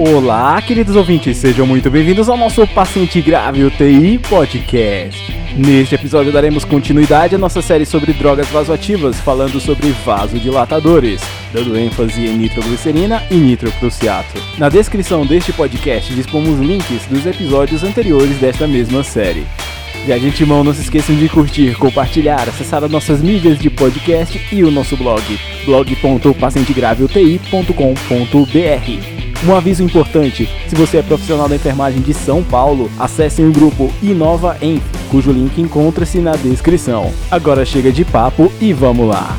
Olá, queridos ouvintes, sejam muito bem-vindos ao nosso Paciente Grave UTI Podcast. Neste episódio daremos continuidade à nossa série sobre drogas vasoativas, falando sobre vasodilatadores, dando ênfase em nitroglicerina e nitroprusiato. Na descrição deste podcast dispomos links dos episódios anteriores desta mesma série. Já de antemão, não se esqueçam de curtir, compartilhar, acessar as nossas mídias de podcast e o nosso blog, blog.pacientegraveuti.com.br. Um aviso importante, se você é profissional da enfermagem de São Paulo, acessem o grupo Inova Enf, cujo link encontra-se na descrição. Agora chega de papo e vamos lá!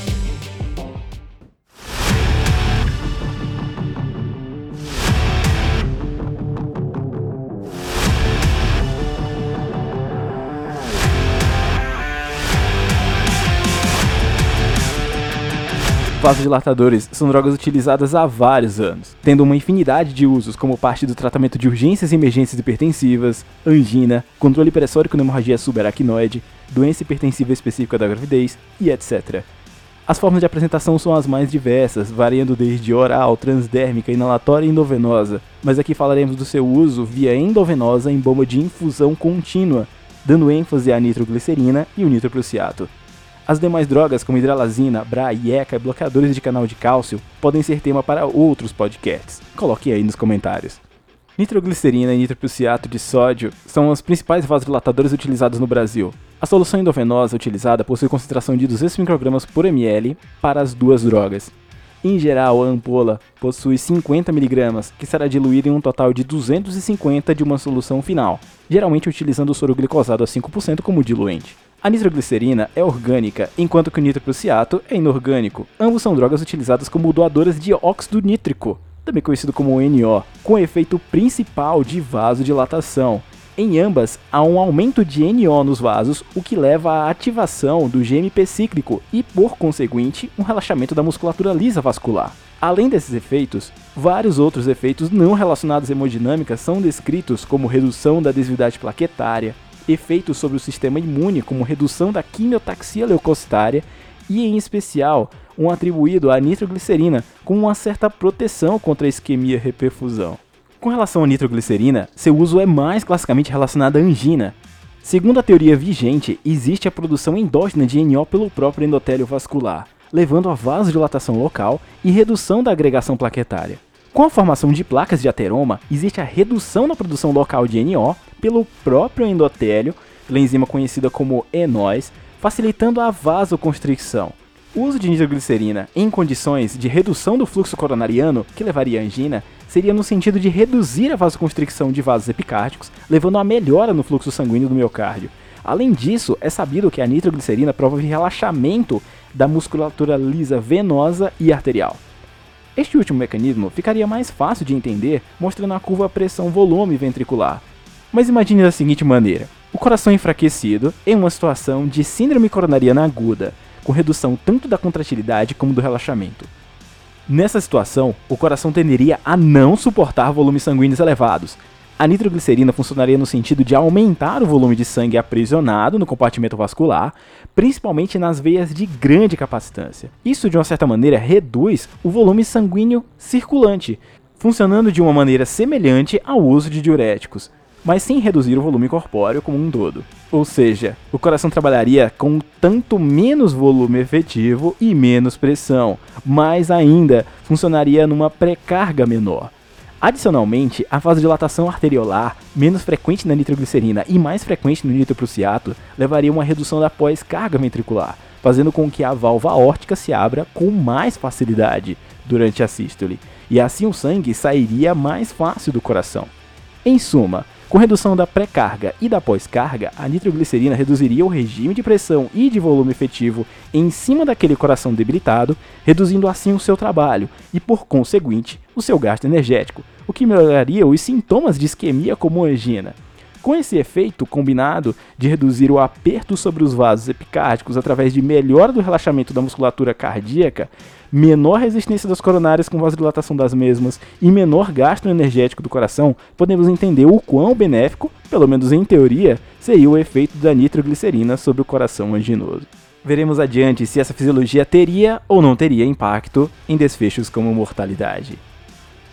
Vasodilatadores são drogas utilizadas há vários anos, tendo uma infinidade de usos como parte do tratamento de urgências e emergências hipertensivas, angina, controle pressórico na hemorragia subaracnoide, doença hipertensiva específica da gravidez e etc. As formas de apresentação são as mais diversas, variando desde oral, transdérmica, inalatória e endovenosa, mas aqui falaremos do seu uso via endovenosa em bomba de infusão contínua, dando ênfase à nitroglicerina e o nitroprusiato. As demais drogas, como hidralazina, BRA e ECA e bloqueadores de canal de cálcio, podem ser tema para outros podcasts. Coloque aí nos comentários. Nitroglicerina e nitroprusiato de sódio são os principais vasodilatadores utilizados no Brasil. A solução endovenosa utilizada possui concentração de 200 microgramas por ml para as duas drogas. Em geral, a ampola possui 50 mg, que será diluída em um total de 250 de uma solução final, geralmente utilizando o soro glicosado a 5% como diluente. A nitroglicerina é orgânica, enquanto que o nitroprusiato é inorgânico. Ambos são drogas utilizadas como doadoras de óxido nítrico, também conhecido como NO, com efeito principal de vasodilatação. Em ambas, há um aumento de NO nos vasos, o que leva à ativação do GMP cíclico e, por conseguinte, um relaxamento da musculatura lisa vascular. Além desses efeitos, vários outros efeitos não relacionados à hemodinâmica são descritos, como redução da desigualdade plaquetária, efeitos sobre o sistema imune, como redução da quimiotaxia leucocitária e, em especial, um atribuído à nitroglicerina com uma certa proteção contra a isquemia reperfusão. Com relação à nitroglicerina, seu uso é mais classicamente relacionado à angina. Segundo a teoria vigente, existe a produção endógena de NO pelo próprio endotélio vascular, levando a vasodilatação local e redução da agregação plaquetária. Com a formação de placas de ateroma, existe a redução na produção local de NO pelo próprio endotélio, pela enzima conhecida como ENOS, facilitando a vasoconstricção. O uso de nitroglicerina em condições de redução do fluxo coronariano, que levaria à angina, seria no sentido de reduzir a vasoconstricção de vasos epicárdicos, levando a melhora no fluxo sanguíneo do miocárdio. Além disso, é sabido que a nitroglicerina promove relaxamento da musculatura lisa venosa e arterial. Este último mecanismo ficaria mais fácil de entender mostrando a curva pressão-volume ventricular. Mas imagine da seguinte maneira: o coração enfraquecido em uma situação de síndrome coronariana aguda, com redução tanto da contratilidade como do relaxamento. Nessa situação, o coração tenderia a não suportar volumes sanguíneos elevados. A nitroglicerina funcionaria no sentido de aumentar o volume de sangue aprisionado no compartimento vascular, principalmente nas veias de grande capacitância. Isso, de uma certa maneira, reduz o volume sanguíneo circulante, funcionando de uma maneira semelhante ao uso de diuréticos, mas sem reduzir o volume corpóreo como um todo. Ou seja, o coração trabalharia com tanto menos volume efetivo e menos pressão, mas ainda funcionaria numa pré-carga menor. Adicionalmente, a vasodilatação arteriolar, menos frequente na nitroglicerina e mais frequente no nitroprusiato, levaria a uma redução da pós-carga ventricular, fazendo com que a válvula aórtica se abra com mais facilidade durante a sístole, e assim o sangue sairia mais fácil do coração. Em suma, com redução da pré-carga e da pós-carga, a nitroglicerina reduziria o regime de pressão e de volume efetivo em cima daquele coração debilitado, reduzindo assim o seu trabalho e, por conseguinte, o seu gasto energético, o que melhoraria os sintomas de isquemia como angina. Com esse efeito combinado de reduzir o aperto sobre os vasos epicárdicos através de melhora do relaxamento da musculatura cardíaca, menor resistência das coronárias com vasodilatação das mesmas e menor gasto energético do coração, podemos entender o quão benéfico, pelo menos em teoria, seria o efeito da nitroglicerina sobre o coração anginoso. Veremos adiante se essa fisiologia teria ou não teria impacto em desfechos como mortalidade.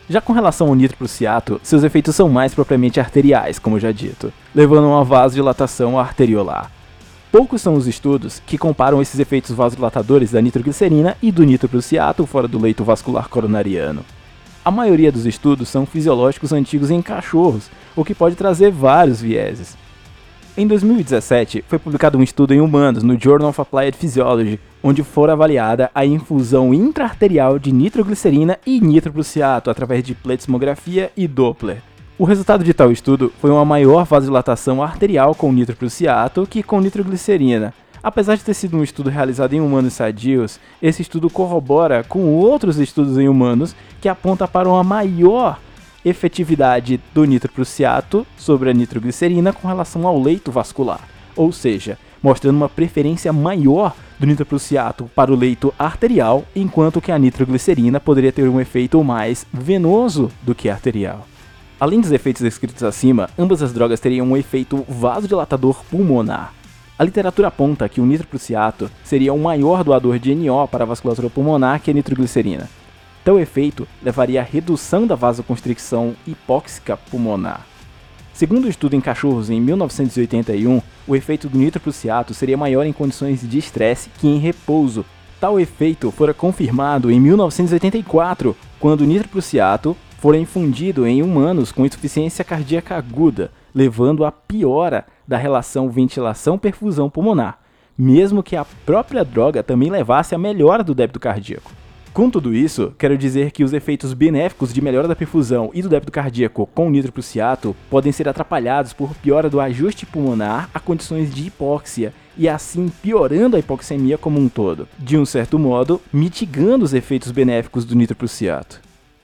Já com relação ao nitroprusiato, seus efeitos são mais propriamente arteriais, como já dito, levando a uma vasodilatação arteriolar. Poucos são os estudos que comparam esses efeitos vasodilatadores da nitroglicerina e do nitroprusiato fora do leito vascular coronariano. A maioria dos estudos são fisiológicos antigos em cachorros, o que pode trazer vários vieses. Em 2017, foi publicado um estudo em humanos no Journal of Applied Physiology, onde foi avaliada a infusão intraarterial de nitroglicerina e nitroprusiato através de pletismografia e Doppler. O resultado de tal estudo foi uma maior vasodilatação arterial com nitroprusiato que com nitroglicerina. Apesar de ter sido um estudo realizado em humanos sadios, esse estudo corrobora com outros estudos em humanos que apontam para uma maior efetividade do nitroprusiato sobre a nitroglicerina com relação ao leito vascular, ou seja, mostrando uma preferência maior do nitroprusiato para o leito arterial, enquanto que a nitroglicerina poderia ter um efeito mais venoso do que arterial. Além dos efeitos descritos acima, ambas as drogas teriam um efeito vasodilatador pulmonar. A literatura aponta que o nitroprusiato seria um maior doador de NO para a vasculatura pulmonar que a nitroglicerina. Tal efeito levaria à redução da vasoconstricção hipóxica pulmonar. Segundo o estudo em cachorros em 1981, o efeito do nitroprusiato seria maior em condições de estresse que em repouso. Tal efeito fora confirmado em 1984, quando o nitroprusiato fora infundido em humanos com insuficiência cardíaca aguda, levando à piora da relação ventilação-perfusão pulmonar, mesmo que a própria droga também levasse à melhora do débito cardíaco. Com tudo isso, quero dizer que os efeitos benéficos de melhora da perfusão e do débito cardíaco com o nitroprusiato podem ser atrapalhados por piora do ajuste pulmonar a condições de hipóxia e assim piorando a hipoxemia como um todo, de um certo modo, mitigando os efeitos benéficos do nitroprusiato.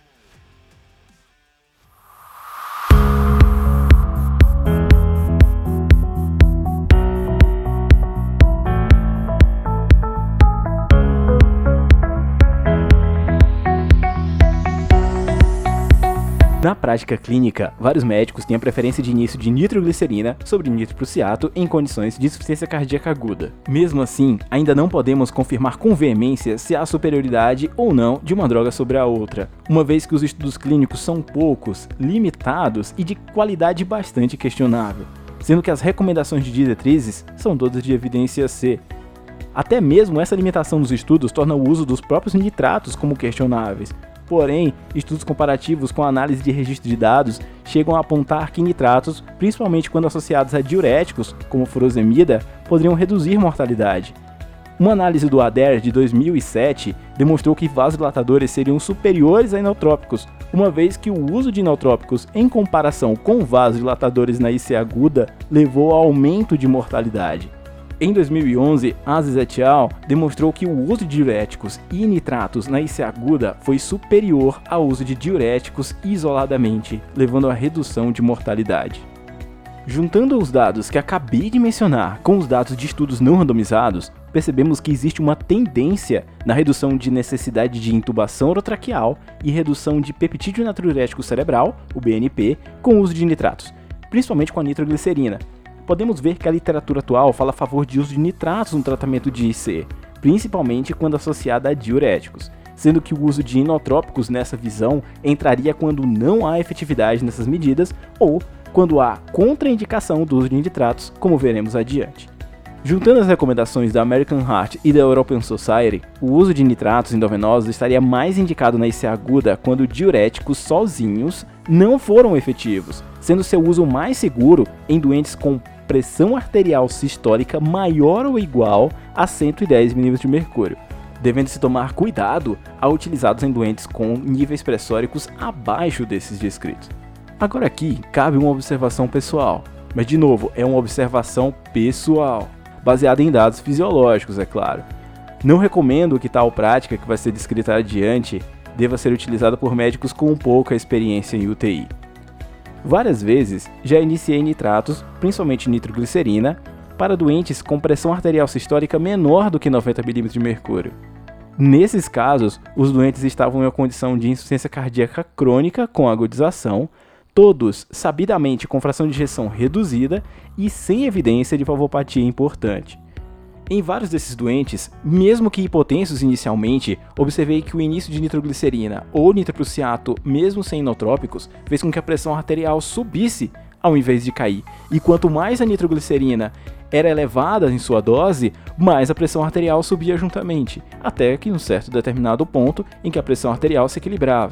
Na prática clínica, vários médicos têm a preferência de início de nitroglicerina sobre nitroprusiato em condições de insuficiência cardíaca aguda. Mesmo assim, ainda não podemos confirmar com veemência se há superioridade ou não de uma droga sobre a outra, uma vez que os estudos clínicos são poucos, limitados e de qualidade bastante questionável, sendo que as recomendações de diretrizes são todas de evidência C. Até mesmo essa limitação dos estudos torna o uso dos próprios nitratos como questionáveis. Porém, estudos comparativos com análise de registro de dados chegam a apontar que nitratos, principalmente quando associados a diuréticos, como furosemida, poderiam reduzir mortalidade. Uma análise do ADER de 2007 demonstrou que vasodilatadores seriam superiores a inotrópicos, uma vez que o uso de inotrópicos em comparação com vasodilatadores na IC aguda levou ao aumento de mortalidade. Em 2011, Aziz et al. Demonstrou que o uso de diuréticos e nitratos na IC aguda foi superior ao uso de diuréticos isoladamente, levando à redução de mortalidade. Juntando os dados que acabei de mencionar com os dados de estudos não randomizados, percebemos que existe uma tendência na redução de necessidade de intubação orotraqueal e redução de peptídeo natriurético cerebral, o BNP, com o uso de nitratos, principalmente com a nitroglicerina. Podemos ver que a literatura atual fala a favor de uso de nitratos no tratamento de IC, principalmente quando associada a diuréticos, sendo que o uso de inotrópicos nessa visão entraria quando não há efetividade nessas medidas ou quando há contraindicação do uso de nitratos, como veremos adiante. Juntando as recomendações da American Heart e da European Society, o uso de nitratos endovenosos estaria mais indicado na IC aguda quando diuréticos sozinhos não foram efetivos, sendo seu uso mais seguro em doentes com pressão arterial sistólica maior ou igual a 110 mm de mercúrio, devendo-se tomar cuidado ao utilizados em doentes com níveis pressóricos abaixo desses descritos. Agora aqui cabe uma observação pessoal, mas de novo é uma observação pessoal, baseada em dados fisiológicos, é claro. Não recomendo que tal prática que vai ser descrita adiante deva ser utilizada por médicos com pouca experiência em UTI. Várias vezes já iniciei nitratos, principalmente nitroglicerina, para doentes com pressão arterial sistólica menor do que 90 mm de mercúrio. Nesses casos, os doentes estavam em uma condição de insuficiência cardíaca crônica com agudização, todos sabidamente com fração de ejeção reduzida e sem evidência de valvopatia importante. Em vários desses doentes, mesmo que hipotensos inicialmente, observei que o início de nitroglicerina ou nitroprusiato, mesmo sem inotrópicos, fez com que a pressão arterial subisse ao invés de cair. E quanto mais a nitroglicerina era elevada em sua dose, mais a pressão arterial subia juntamente, até que um certo determinado ponto em que a pressão arterial se equilibrava.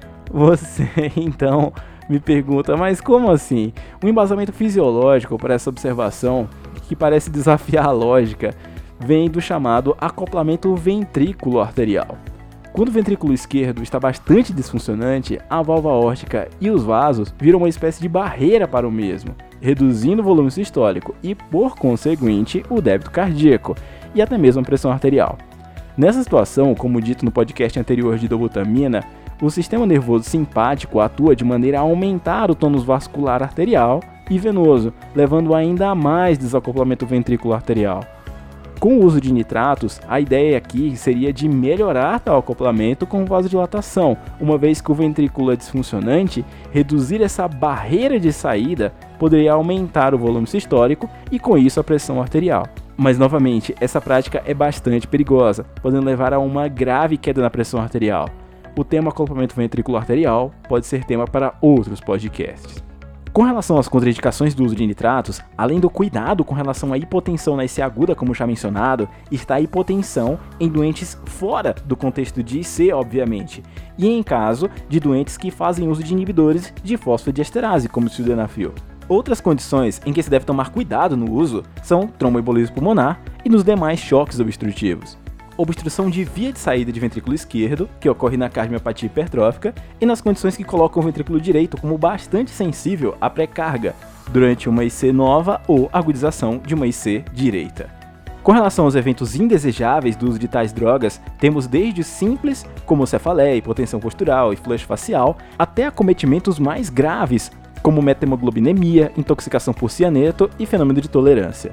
Você, então, me pergunta, mas como assim? O embasamento fisiológico para essa observação, que parece desafiar a lógica, vem do chamado acoplamento ventrículo arterial. Quando o ventrículo esquerdo está bastante disfuncionante, a válvula aórtica e os vasos viram uma espécie de barreira para o mesmo, reduzindo o volume sistólico e, por conseguinte, o débito cardíaco e até mesmo a pressão arterial. Nessa situação, como dito no podcast anterior de dobutamina, o sistema nervoso simpático atua de maneira a aumentar o tônus vascular arterial e venoso, levando ainda a mais desacoplamento ventrículo arterial. Com o uso de nitratos, a ideia aqui seria de melhorar tal acoplamento com vasodilatação, uma vez que o ventrículo é disfuncionante, reduzir essa barreira de saída poderia aumentar o volume sistólico e com isso a pressão arterial. Mas novamente, essa prática é bastante perigosa, podendo levar a uma grave queda na pressão arterial. O tema acoplamento ventrículo arterial pode ser tema para outros podcasts. Com relação às contraindicações do uso de nitratos, além do cuidado com relação à hipotensão na IC aguda, como já mencionado, está a hipotensão em doentes fora do contexto de IC, obviamente, e em caso de doentes que fazem uso de inibidores de fosfodiesterase, como o sildenafil. Outras condições em que se deve tomar cuidado no uso são tromboembolismo pulmonar e nos demais choques obstrutivos. Obstrução de via de saída de ventrículo esquerdo, que ocorre na cardiomiopatia hipertrófica, e nas condições que colocam o ventrículo direito como bastante sensível à pré-carga, durante uma IC nova ou agudização de uma IC direita. Com relação aos eventos indesejáveis do uso de tais drogas, temos desde simples, como cefaleia, hipotensão postural e flush facial, até acometimentos mais graves, como metemoglobinemia, intoxicação por cianeto e fenômeno de tolerância.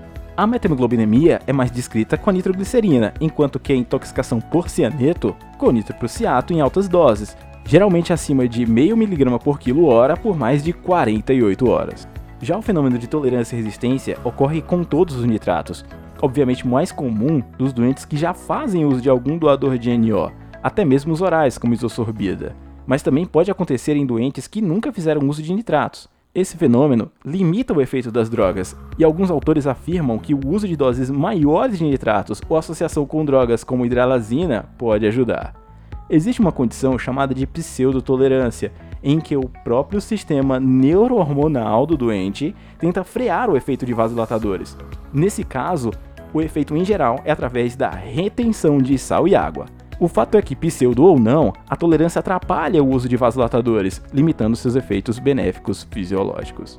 A metemoglobinemia é mais descrita com a nitroglicerina, enquanto que a intoxicação por cianeto com nitroprusiato em altas doses, geralmente acima de 0,5 mg por quilo-hora por mais de 48 horas. Já o fenômeno de tolerância e resistência ocorre com todos os nitratos, obviamente mais comum dos doentes que já fazem uso de algum doador de NO, até mesmo os orais, como isosorbida, mas também pode acontecer em doentes que nunca fizeram uso de nitratos. Esse fenômeno limita o efeito das drogas, e alguns autores afirmam que o uso de doses maiores de nitratos ou associação com drogas como hidralazina pode ajudar. Existe uma condição chamada de pseudotolerância, em que o próprio sistema neurohormonal do doente tenta frear o efeito de vasodilatadores. Nesse caso, o efeito em geral é através da retenção de sal e água. O fato é que, pseudo ou não, a tolerância atrapalha o uso de vasodilatadores, limitando seus efeitos benéficos fisiológicos.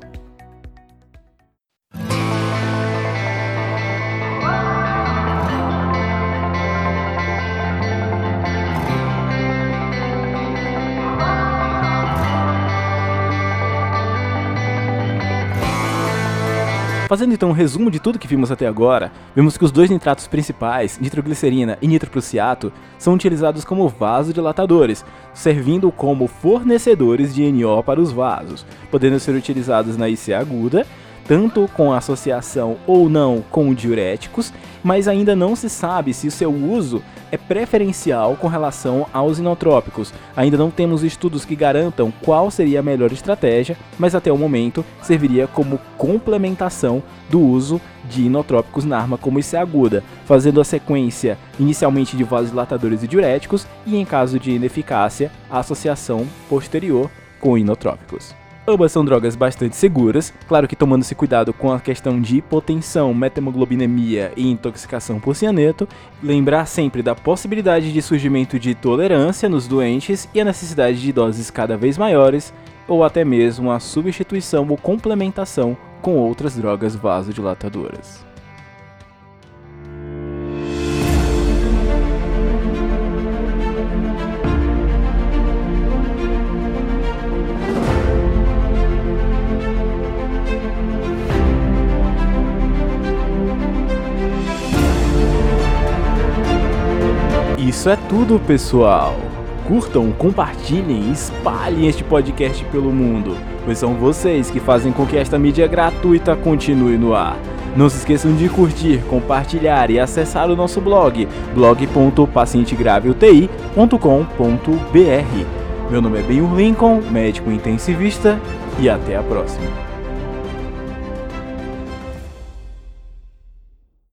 Fazendo então um resumo de tudo que vimos até agora, vemos que os dois nitratos principais, nitroglicerina e nitroprusiato, são utilizados como vasodilatadores, servindo como fornecedores de NO para os vasos, podendo ser utilizados na IC aguda, tanto com associação ou não com diuréticos, mas ainda não se sabe se o seu uso é preferencial com relação aos inotrópicos. Ainda não temos estudos que garantam qual seria a melhor estratégia, mas até o momento serviria como complementação do uso de inotrópicos na arma como IC aguda, fazendo a sequência inicialmente de vasodilatadores e diuréticos e, em caso de ineficácia, a associação posterior com inotrópicos. Ambas são drogas bastante seguras, claro que tomando-se cuidado com a questão de hipotensão, metemoglobinemia e intoxicação por cianeto, lembrar sempre da possibilidade de surgimento de tolerância nos doentes e a necessidade de doses cada vez maiores, ou até mesmo a substituição ou complementação com outras drogas vasodilatadoras. Isso é tudo, pessoal! Curtam, compartilhem e espalhem este podcast pelo mundo, pois são vocês que fazem com que esta mídia gratuita continue no ar. Não se esqueçam de curtir, compartilhar e acessar o nosso blog, blog.pacientegraveUTI.com.br. Meu nome é Benhur Lincoln, médico intensivista, e até a próxima.